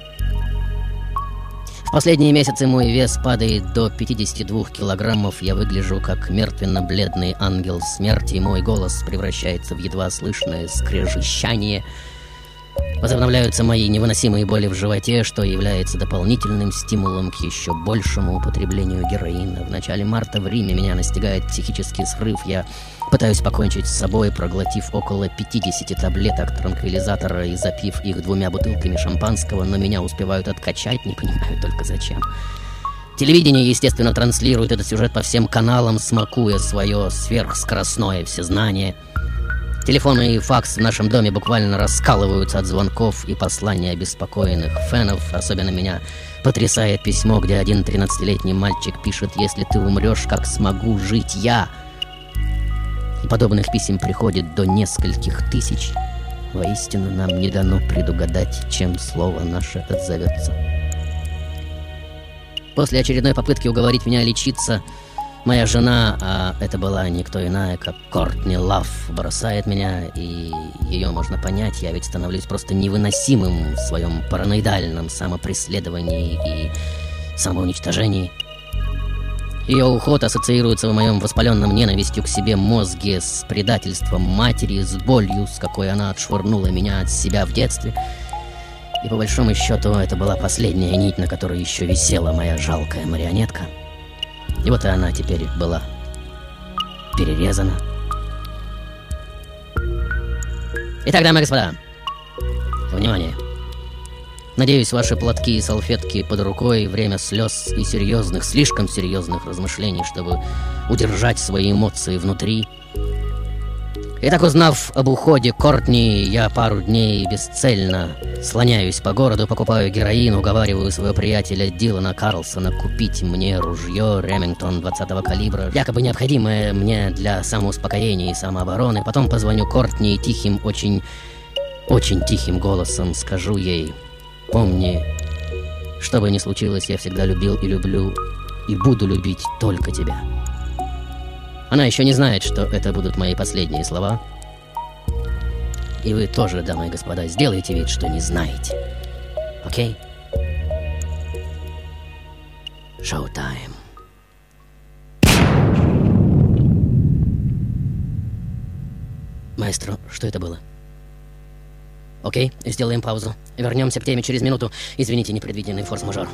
В последние месяцы мой вес падает до 52 килограммов, я выгляжу как мертвенно-бледный ангел смерти, и мой голос превращается в едва слышное скрежещание. Возобновляются мои невыносимые боли в животе, что является дополнительным стимулом к еще большему употреблению героина. В начале марта в Риме меня настигает психический срыв. Я пытаюсь покончить с собой, проглотив около 50 таблеток транквилизатора и запив их 2 бутылками шампанского, но меня успевают откачать, не понимаю только зачем. Телевидение, естественно, транслирует этот сюжет по всем каналам, смакуя свое сверхскоростное всезнание. Телефоны и факс в нашем доме буквально раскалываются от звонков и посланий обеспокоенных фенов. Особенно меня потрясает письмо, где один 13-летний мальчик пишет: «Если ты умрешь, как смогу жить я?» И подобных писем приходит до нескольких тысяч. Воистину, нам не дано предугадать, чем слово наше отзовется. После очередной попытки уговорить меня лечиться, моя жена, а это была никто иная, как Кортни Лав, бросает меня, и ее можно понять. Я ведь становлюсь просто невыносимым в своем параноидальном самопреследовании и самоуничтожении. Ее уход ассоциируется в моем воспаленном ненавистью к себе мозге с предательством матери, с болью, с какой она отшвырнула меня от себя в детстве. И по большому счету это была последняя нить, на которой еще висела моя жалкая марионетка. И вот и она теперь была перерезана. Итак, дамы и господа, внимание! Надеюсь, ваши платки и салфетки под рукой, время слез и серьезных, слишком серьезных размышлений, чтобы удержать свои эмоции внутри. Итак, узнав об уходе Кортни, я пару дней бесцельно слоняюсь по городу, покупаю героин, уговариваю своего приятеля Дилана Карлсона купить мне ружье Ремингтон 20-го калибра, якобы необходимое мне для самоуспокоения и самообороны. Потом позвоню Кортни и тихим, очень тихим голосом скажу ей: «Помни, что бы ни случилось, я всегда любил и люблю, и буду любить только тебя». Она еще не знает, что это будут мои последние слова. И вы тоже, дамы и господа, сделайте вид, что не знаете. Окей? Шоу-тайм. Маэстро, что это было? Окей, сделаем паузу. Вернемся к теме через минуту. Извините, непредвиденный форс-мажор.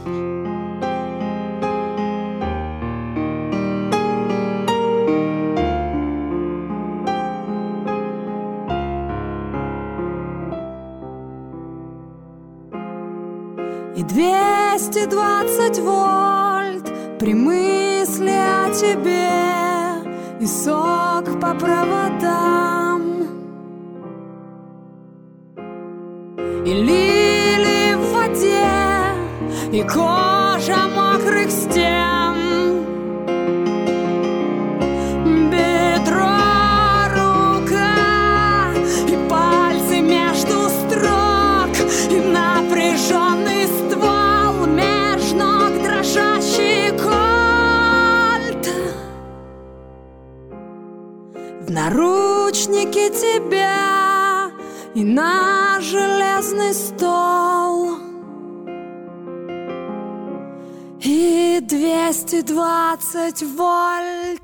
И 220 вольт при мысли о тебе, и сок по проводам, и лилии в воде, и кожа мокрых стен, бедро, рука, и пальцы между строк, и напряженный в наручники тебя и на железный стол, и 220 вольт.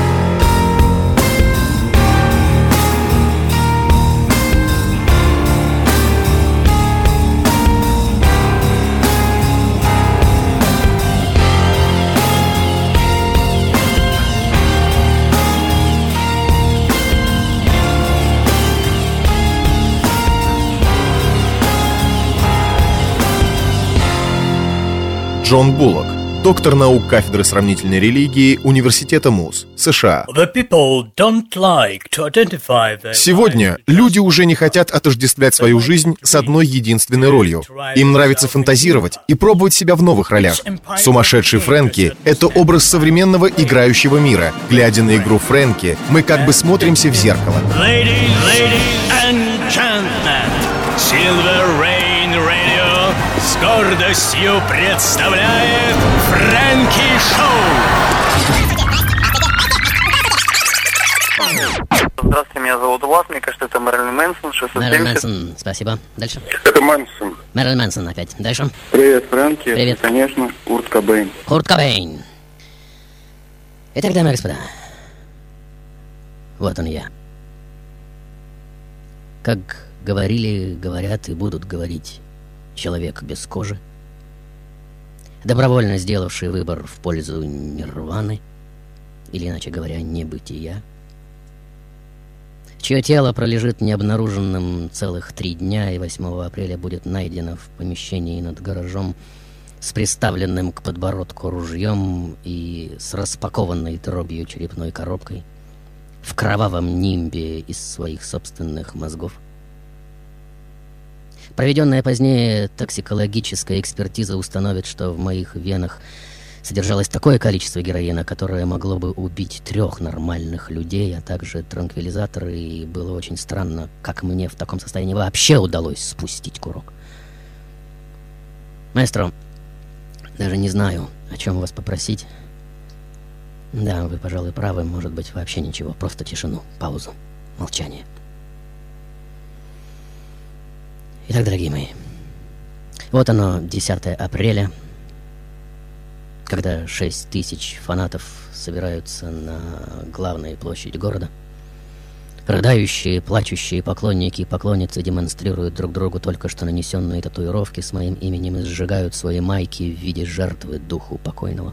Джон Буллок, доктор наук кафедры сравнительной религии Университета Мус, США. Сегодня люди уже не хотят отождествлять свою жизнь с одной единственной ролью. Им нравится фантазировать и пробовать себя в новых ролях. «Сумасшедший Фрэнки» — это образ современного играющего мира. Глядя на игру Фрэнки, мы как бы смотримся в зеркало. С гордостью представляет Фрэнки Шоу! Здравствуйте, меня зовут Влад, мне кажется, это Мэрилин Мэнсон, 670. Мэрилин Мэнсон, спасибо. Дальше. Это Мэнсон. Мэрилин Мэнсон опять. Дальше. Привет, Фрэнки. Привет. И, конечно, Курт Кобейн. Курт Кобейн. Итак, дамы и господа, вот он я. Как говорили, говорят и будут говорить человек без кожи, добровольно сделавший выбор в пользу нирваны, или, иначе говоря, небытия, чье тело пролежит необнаруженным целых 3 дня и 8 апреля будет найдено в помещении над гаражом с приставленным к подбородку ружьем и с распакованной дробью черепной коробкой, в кровавом нимбе из своих собственных мозгов. Проведенная позднее токсикологическая экспертиза установит, что в моих венах содержалось такое количество героина, которое могло бы убить 3 нормальных людей, а также транквилизаторы, и было очень странно, как мне в таком состоянии вообще удалось спустить курок. Маэстро, даже не знаю, о чем вас попросить. Да, вы, пожалуй, правы, может быть, вообще ничего, просто тишину, паузу, молчание. Итак, дорогие мои, вот оно, 10 апреля, когда 6000 фанатов собираются на главной площади города. Рыдающие, плачущие поклонники и поклонницы демонстрируют друг другу только что нанесенные татуировки с моим именем и сжигают свои майки в виде жертвы духу покойного.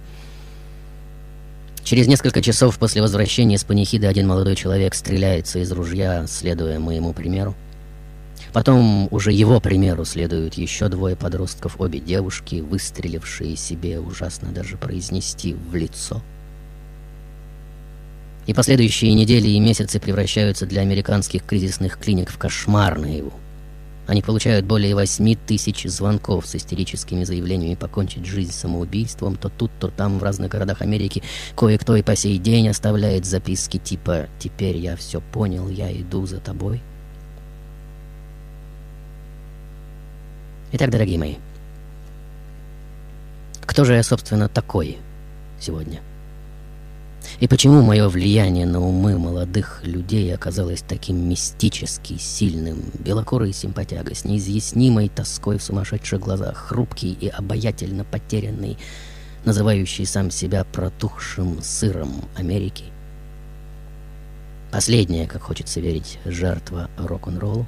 Через несколько часов после возвращения с панихиды один молодой человек стреляется из ружья, следуя моему примеру. Потом уже его примеру следуют еще 2 подростков, обе девушки, выстрелившие себе, ужасно даже произнести, в лицо. И последующие недели и месяцы превращаются для американских кризисных клиник в кошмар наяву. Они получают более 8000 звонков с истерическими заявлениями покончить жизнь самоубийством. То тут, то там, в разных городах Америки кое-кто и по сей день оставляет записки типа «Теперь я все понял, я иду за тобой». Итак, дорогие мои, кто же я, собственно, такой сегодня? И почему мое влияние на умы молодых людей оказалось таким мистически сильным? Белокурый симпатяга с неизъяснимой тоской в сумасшедших глазах, хрупкий и обаятельно потерянный, называющий сам себя протухшим сыром Америки. Последняя, как хочется верить, жертва рок-н-роллу.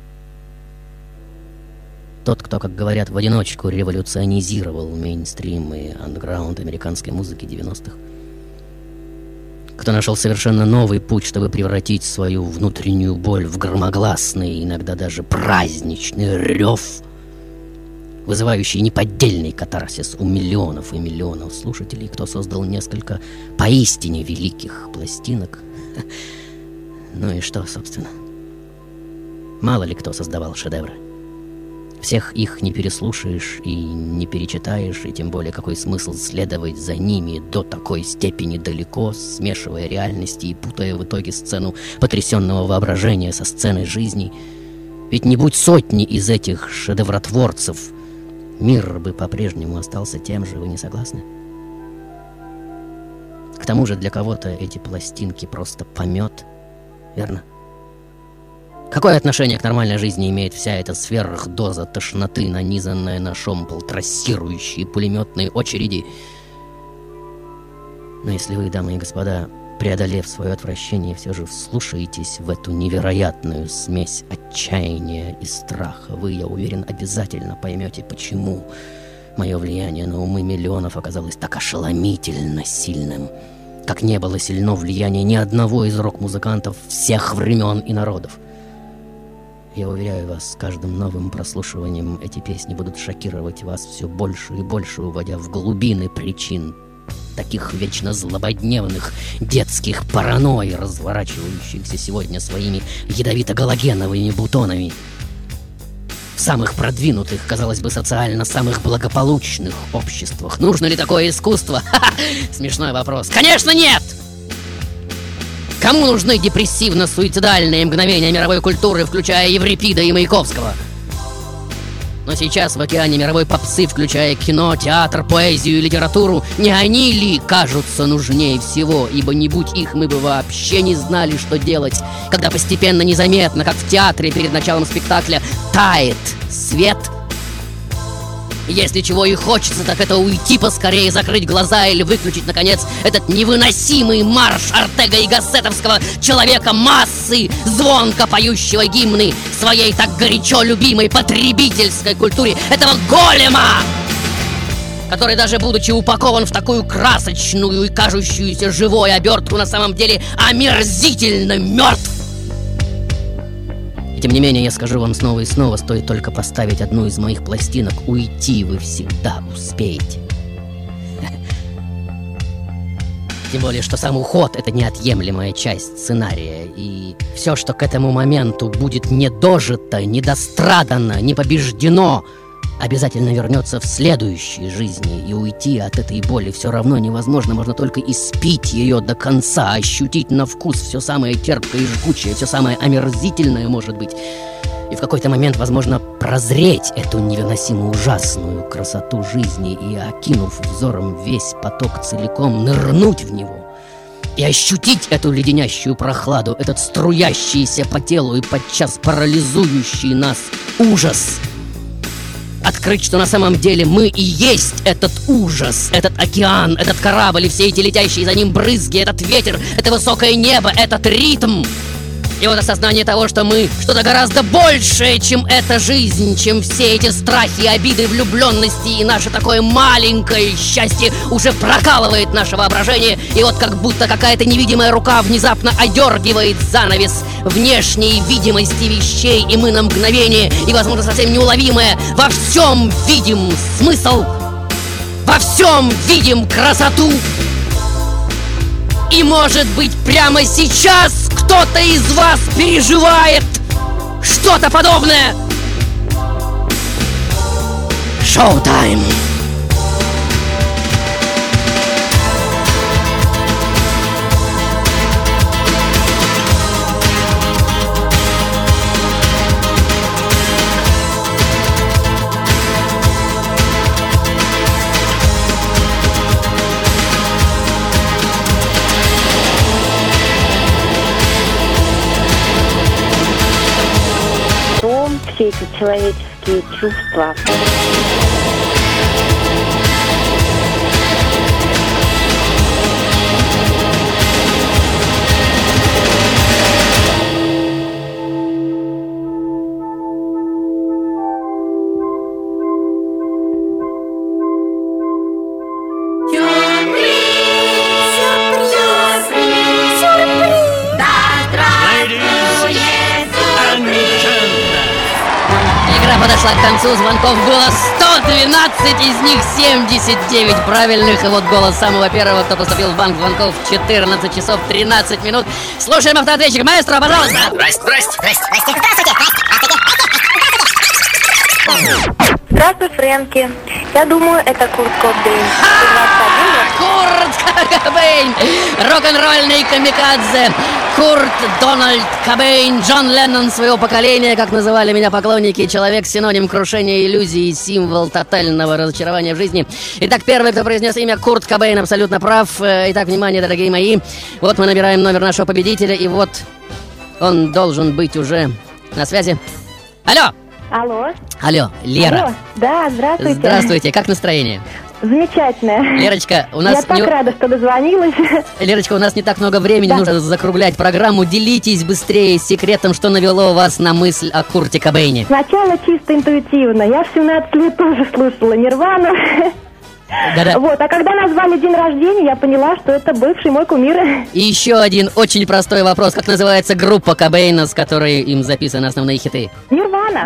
Тот, кто, как говорят, в одиночку революционизировал мейнстрим и андеграунд американской музыки 90-х. Кто нашел совершенно новый путь, чтобы превратить свою внутреннюю боль в громогласный, иногда даже праздничный рев, вызывающий неподдельный катарсис у миллионов и миллионов слушателей, кто создал несколько поистине великих пластинок. Ну и что, собственно? Мало ли кто создавал шедевры. Всех их не переслушаешь и не перечитаешь, и тем более какой смысл следовать за ними до такой степени далеко, смешивая реальности и путая в итоге сцену потрясенного воображения со сценой жизни. Ведь не будь сотни из этих шедевротворцев, мир бы по-прежнему остался тем же, вы не согласны? К тому же для кого-то эти пластинки просто помет, верно? Какое отношение к нормальной жизни имеет вся эта сверхдоза тошноты, нанизанная на шомпол, трассирующие пулеметные очереди? Но если вы, дамы и господа, преодолев свое отвращение, все же вслушаетесь в эту невероятную смесь отчаяния и страха, вы, я уверен, обязательно поймете, почему мое влияние на умы миллионов оказалось так ошеломительно сильным, как не было сильно влияние ни одного из рок-музыкантов всех времен и народов. Я уверяю вас, с каждым новым прослушиванием эти песни будут шокировать вас все больше и больше, уводя в глубины причин таких вечно злободневных детских паранойй, разворачивающихся сегодня своими ядовито-галогеновыми бутонами в самых продвинутых, казалось бы, социально самых благополучных обществах. Нужно ли такое искусство? Ха-ха! Смешной вопрос. Конечно, нет! Кому нужны депрессивно-суицидальные мгновения мировой культуры, включая Еврипида и Маяковского? Но сейчас в океане мировой попсы, включая кино, театр, поэзию и литературу, не они ли кажутся нужнее всего? Ибо не будь их, мы бы вообще не знали, что делать, когда постепенно, незаметно, как в театре перед началом спектакля, тает свет, Если чего и хочется, так это уйти поскорее, закрыть глаза или выключить, наконец, этот невыносимый марш Ортега и Гассетовского человека массы, звонко поющего гимны своей так горячо любимой потребительской культуре, этого голема, который, даже будучи упакован в такую красочную и кажущуюся живой обертку, на самом деле омерзительно мертв. И тем не менее, я скажу вам снова и снова, стоит только поставить одну из моих пластинок, уйти вы всегда успеете. Тем более, что сам уход — это неотъемлемая часть сценария. И все, что к этому моменту будет не дожито, не дострадано, не побеждено, обязательно вернется в следующей жизни. И уйти от этой боли все равно невозможно. Можно только испить ее до конца, ощутить на вкус все самое терпкое и жгучее, все самое омерзительное, может быть. И в какой-то момент, возможно, прозреть эту невыносимо ужасную красоту жизни и, окинув взором весь поток целиком, нырнуть в него и ощутить эту леденящую прохладу, этот струящийся по телу и подчас парализующий нас ужас. Открыть, что на самом деле мы и есть этот ужас, этот океан, этот корабль и все эти летящие за ним брызги, этот ветер, это высокое небо, этот ритм. И вот осознание того, что мы что-то гораздо большее, чем эта жизнь, чем все эти страхи, обиды, влюбленности, и наше такое маленькое счастье уже прокалывает наше воображение. И вот как будто какая-то невидимая рука внезапно одергивает занавес внешней видимости вещей, и мы на мгновение, и, возможно, совсем неуловимое, во всем видим смысл, во всем видим красоту. И, может быть, прямо сейчас кто-то из вас переживает что-то подобное. Шоу-тайм! Все эти человеческие чувства. Подошла к концу, звонков было 112, из них 79 правильных. И вот голос самого первого, кто поступил в банк звонков, 14 часов 13 минут. Слушаем автоответчик. Маэстро, пожалуйста. Здравствуйте. Здравствуй, Фрэнки. Я думаю, это Курт Кобейн. Курт Кобейн, рок-н-ролльный камикадзе. Курт Дональд Кобейн, Джон Леннон своего поколения, как называли меня поклонники, человек, синоним крушения иллюзий, символ тотального разочарования в жизни. Итак, первый, кто произнес имя Курт Кобейн, абсолютно прав. Итак, внимание, дорогие мои. Вот мы набираем номер нашего победителя, и вот он должен быть уже на связи. Алло! Алло, Лера. Алло, да, здравствуйте. Здравствуйте, как настроение? Замечательно. Лерочка, у нас... Я так рада, что дозвонилась. Лерочка, у нас не так много времени, нужно закруглять программу. Делитесь быстрее секретом, что навело вас на мысль о Курте Кобейне. Сначала чисто интуитивно. Я в 17 лет тоже слушала Нирвану. Да-да. Вот, а когда назвали день рождения, я поняла, что это бывший мой кумир. И еще один очень простой вопрос. Как называется группа Кобейна, с которой им записаны основные хиты? Нирвана!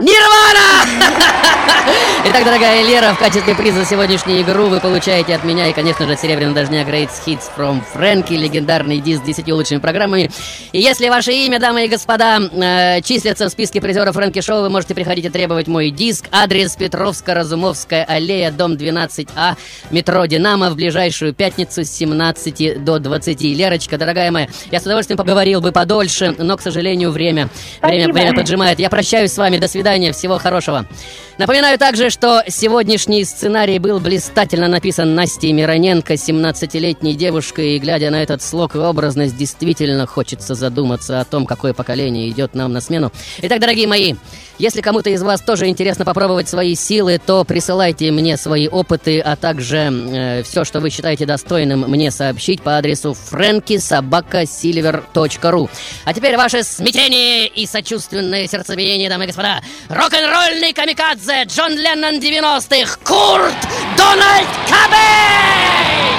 Итак, дорогая Лера, в качестве приза за сегодняшнюю игру вы получаете от меня и, конечно же, серебряный дождяк Greatest Hits from Frankie, легендарный диск с 10 лучшими программами. И если ваше имя, дамы и господа, числится в списке призеров Фрэнки Шоу, вы можете приходить и требовать мой диск. Адрес: Петровско-Разумовская аллея, дом 12А. метро «Динамо» в ближайшую пятницу с 17 до 20. Лерочка, дорогая моя, я с удовольствием поговорил бы подольше, но, к сожалению, время поджимает. Я прощаюсь с вами, до свидания, всего хорошего. Напоминаю также, что сегодняшний сценарий был блистательно написан Настей Мироненко, 17-летней девушкой, и, глядя на этот слог и образность, действительно хочется задуматься о том, какое поколение идет нам на смену. Итак, дорогие мои, если кому-то из вас тоже интересно попробовать свои силы, то присылайте мне свои опыты, а также все, что вы считаете достойным мне сообщить по адресу franky@silver.ru. А теперь ваше смятение и сочувственное сердцебиение, дамы и господа. Рок-н-ролльный камикадзе Джон Леннон 90-х, Курт Дональд Кобейн!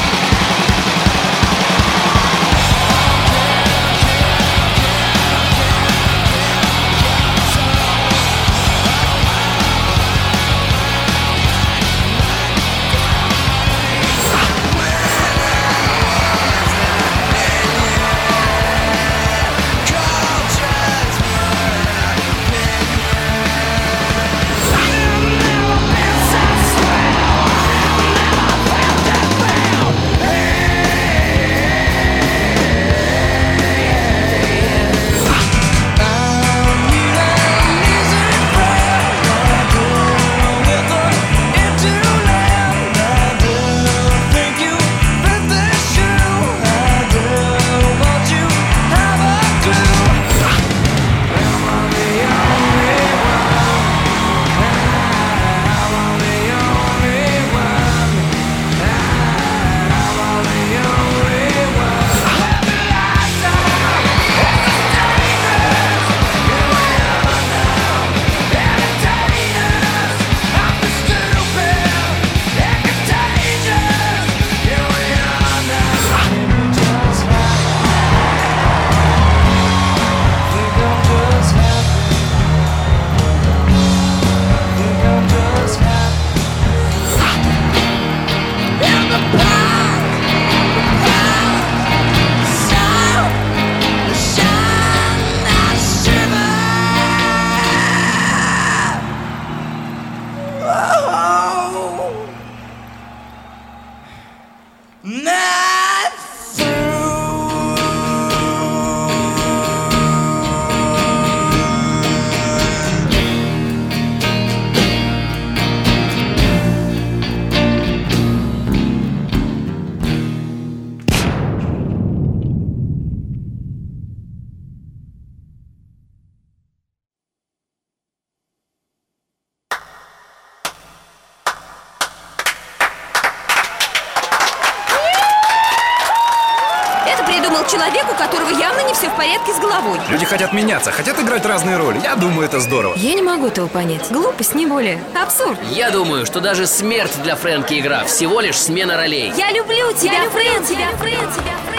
Человек, у которого явно не все в порядке с головой. Люди хотят меняться, хотят играть разные роли. Я думаю, это здорово. Я не могу этого понять. Глупость, не более. Абсурд. Я думаю, что даже смерть для Фрэнки игра. Всего лишь смена ролей. Я люблю тебя, Фрэнк, тебя, Фрэнк.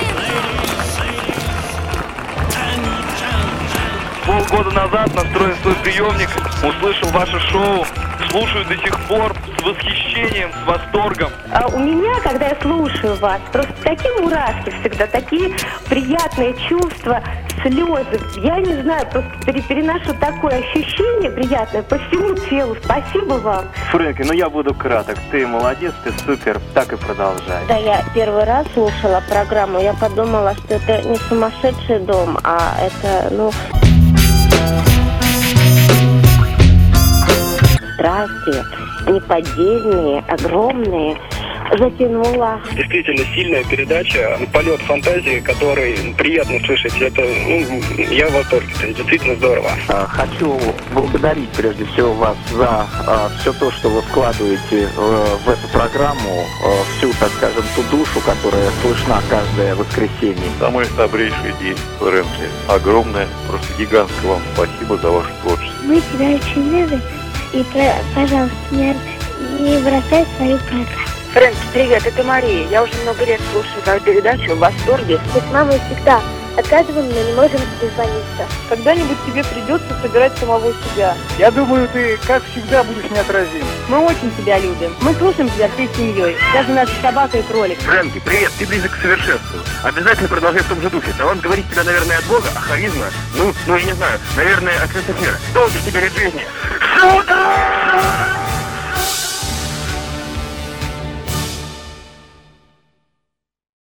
Полгода назад настроил свой приемник, услышал ваше шоу, слушаю до сих пор с восхищением, с восторгом. А у меня, когда я слушаю вас, просто такие мурашки всегда, такие приятные чувства, слезы. Я не знаю, просто переношу такое ощущение приятное по всему телу. Спасибо вам. Фрэнки, я буду краток. Ты молодец, ты супер, так и продолжай. Да, я первый раз слушала программу, я подумала, что это не сумасшедший дом, а это, страсти, неподдельные, огромные, затянула. Действительно сильная передача, полет фантазии, который приятно слышать. Это, я в восторге, это действительно здорово. Хочу благодарить прежде всего вас за все то, что вы вкладываете в эту программу, всю, так скажем, ту душу, которая слышна каждое воскресенье. Самый добрейший день, Фрэнки. Огромное, просто гигантское вам спасибо за ваше творчество. Мы тебя очень любим. И, пожалуйста, не бросай свою программу. Фрэнки, привет, это Мария. Я уже много лет слушаю твою передачу, в восторге. Мы с мамой всегда отказываем, но не можем дозвониться. Когда-нибудь тебе придется собирать самого себя. Я думаю, ты, как всегда, будешь неотразим. Мы очень тебя любим. Мы слушаем тебя всей семьей. Даже наша собака и кролик. Фрэнки, привет, ты близок к совершенству. Обязательно продолжай в том же духе. Талант говорит тебя, наверное, от Бога, а харизма, я не знаю, наверное, от мира. Долго тебе лет жизни. Сюда!